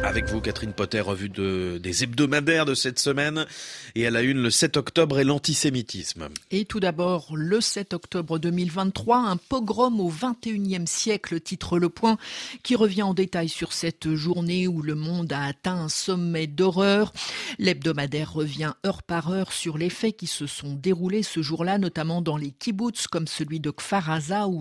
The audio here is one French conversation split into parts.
Avec vous, Catherine Potter, revue des hebdomadaires de cette semaine. Et à la une, le 7 octobre et l'antisémitisme. Et tout d'abord, le 7 octobre 2023, un pogrom au XXIe siècle, titre Le Point, qui revient en détail sur cette journée où le monde a atteint un sommet d'horreur. L'hebdomadaire revient heure par heure sur les faits qui se sont déroulés ce jour-là, notamment dans les kibboutz, comme celui de Kfar Aza, où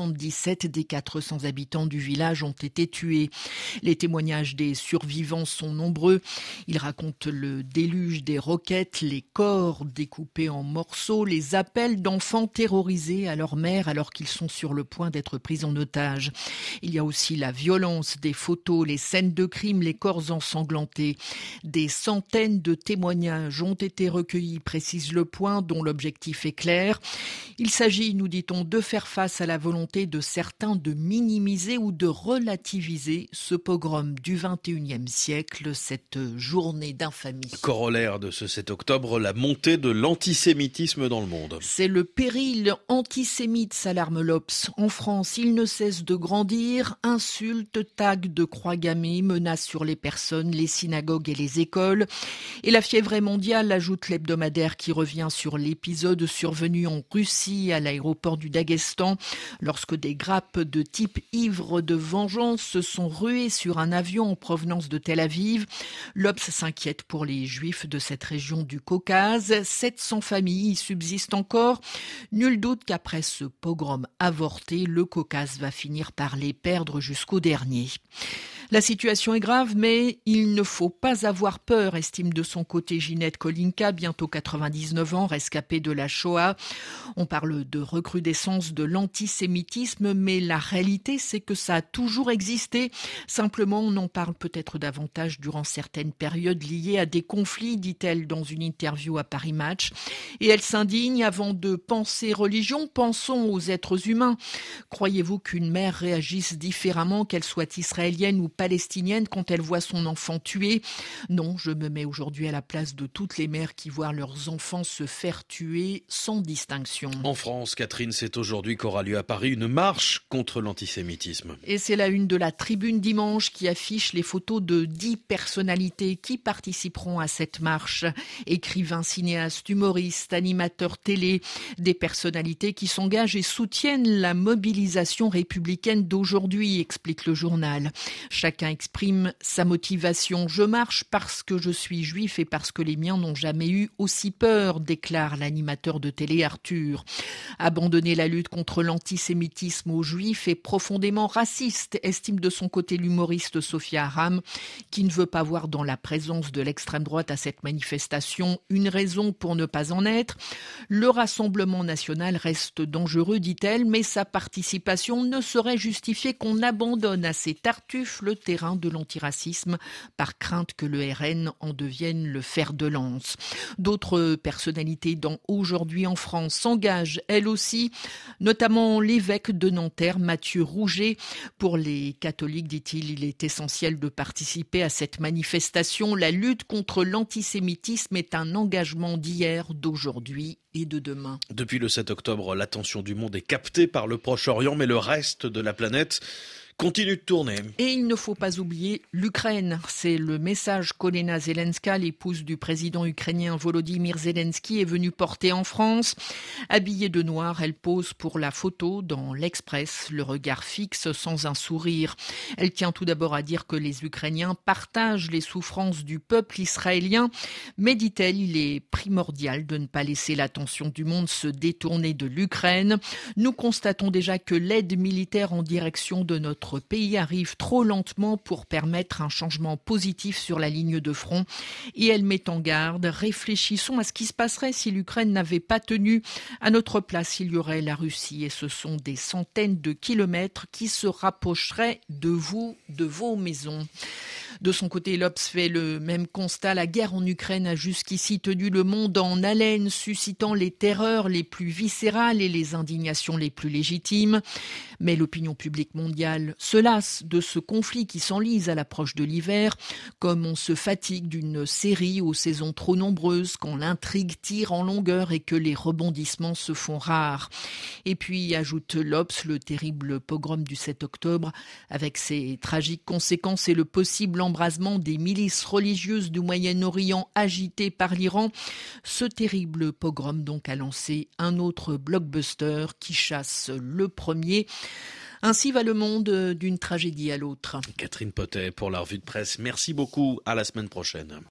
77 des 400 habitants du village ont été tués. Les témoignages des survivants sont nombreux. Ils racontent le déluge des roquettes, les corps découpés en morceaux, les appels d'enfants terrorisés à leur mère alors qu'ils sont sur le point d'être pris en otage. Il y a aussi la violence des photos, les scènes de crime, les corps ensanglantés. Des centaines de témoignages ont été recueillis, précise Le Point, dont l'objectif est clair. Il s'agit, nous dit-on, de faire face à la volonté de certains de minimiser ou de relativiser ce pogrom du XXIe siècle, cette journée d'infamie. Corollaire de ce 7 octobre, la montée de l'antisémitisme dans le monde. C'est le péril antisémite, s'alarme l'Obs. En France, il ne cesse de grandir. Insultes, tags de croix gammées, menaces sur les personnes, les synagogues et les écoles. Et la fièvre est mondiale, ajoute l'hebdomadaire qui revient sur l'épisode survenu en Russie à l'aéroport du Daghestan, lorsque des grappes de type ivre de vengeance se sont ruées sur un avion en provenance de Tel Aviv. L'Obs s'inquiète pour les Juifs de cette région du Caucase. 700 familles y subsistent encore. Nul doute qu'après ce pogrom avorté, le Caucase va finir par les perdre jusqu'au dernier. La situation est grave, mais il ne faut pas avoir peur, estime de son côté Ginette Kolinka, bientôt 99 ans, rescapée de la Shoah. On parle de recrudescence de l'antisémitisme, mais la réalité, c'est que ça a toujours existé. Simplement, on en parle peut-être davantage durant certaines périodes liées à des conflits, dit-elle dans une interview à Paris Match. Et elle s'indigne, avant de penser religion, pensons aux êtres humains. Croyez-vous qu'une mère réagisse différemment, qu'elle soit israélienne ou palestinienne, quand elle voit son enfant tué? Non, je me mets aujourd'hui à la place de toutes les mères qui voient leurs enfants se faire tuer sans distinction. En France, Catherine, c'est aujourd'hui qu'aura lieu à Paris une marche contre l'antisémitisme. Et c'est la une de la Tribune dimanche qui affiche les photos de 10 personnalités qui participeront à cette marche. Écrivains, cinéastes, humoristes, animateurs télé, des personnalités qui s'engagent et soutiennent la mobilisation républicaine d'aujourd'hui, explique le journal. Chacun exprime sa motivation. Je marche parce que je suis juif et parce que les miens n'ont jamais eu aussi peur, déclare l'animateur de télé Arthur. Abandonner la lutte contre l'antisémitisme aux juifs est profondément raciste, estime de son côté l'humoriste Sophia Aram, qui ne veut pas voir dans la présence de l'extrême droite à cette manifestation une raison pour ne pas en être. Le Rassemblement national reste dangereux, dit-elle, mais sa participation ne serait justifiée qu'on abandonne à ces tartuffes le terrain de l'antiracisme par crainte que le RN en devienne le fer de lance. D'autres personnalités dans Aujourd'hui en France s'engagent elles aussi, notamment l'évêque de Nanterre, Mathieu Rouget. Pour les catholiques, dit-il, il est essentiel de participer à cette manifestation. La lutte contre l'antisémitisme est un engagement d'hier, d'aujourd'hui et de demain. Depuis le 7 octobre, l'attention du monde est captée par le Proche-Orient, mais le reste de la planète continue de tourner. Et il ne faut pas oublier l'Ukraine. C'est le message qu'Olena Zelenska, l'épouse du président ukrainien Volodymyr Zelensky, est venue porter en France. Habillée de noir, elle pose pour la photo dans l'Express, le regard fixe sans un sourire. Elle tient tout d'abord à dire que les Ukrainiens partagent les souffrances du peuple israélien, mais, dit-elle, il est primordial de ne pas laisser l'attention du monde se détourner de l'Ukraine. Nous constatons déjà que l'aide militaire en direction de notre pays arrive trop lentement pour permettre un changement positif sur la ligne de front. Et elle met en garde: réfléchissons à ce qui se passerait si l'Ukraine n'avait pas tenu. À notre place, il y aurait la Russie et ce sont des centaines de kilomètres qui se rapprocheraient de vous, de vos maisons. De son côté, l'Obs fait le même constat. La guerre en Ukraine a jusqu'ici tenu le monde en haleine, suscitant les terreurs les plus viscérales et les indignations les plus légitimes. Mais l'opinion publique mondiale se lasse de ce conflit qui s'enlise à l'approche de l'hiver, comme on se fatigue d'une série aux saisons trop nombreuses, quand l'intrigue tire en longueur et que les rebondissements se font rares. Et puis, ajoute l'Obs, le terrible pogrom du 7 octobre, avec ses tragiques conséquences et le possible embrasement l'embrasement des milices religieuses du Moyen-Orient agitées par l'Iran. Ce terrible pogrom donc a lancé un autre blockbuster qui chasse le premier. Ainsi va le monde d'une tragédie à l'autre. Catherine Potet pour la revue de presse. Merci beaucoup. À la semaine prochaine.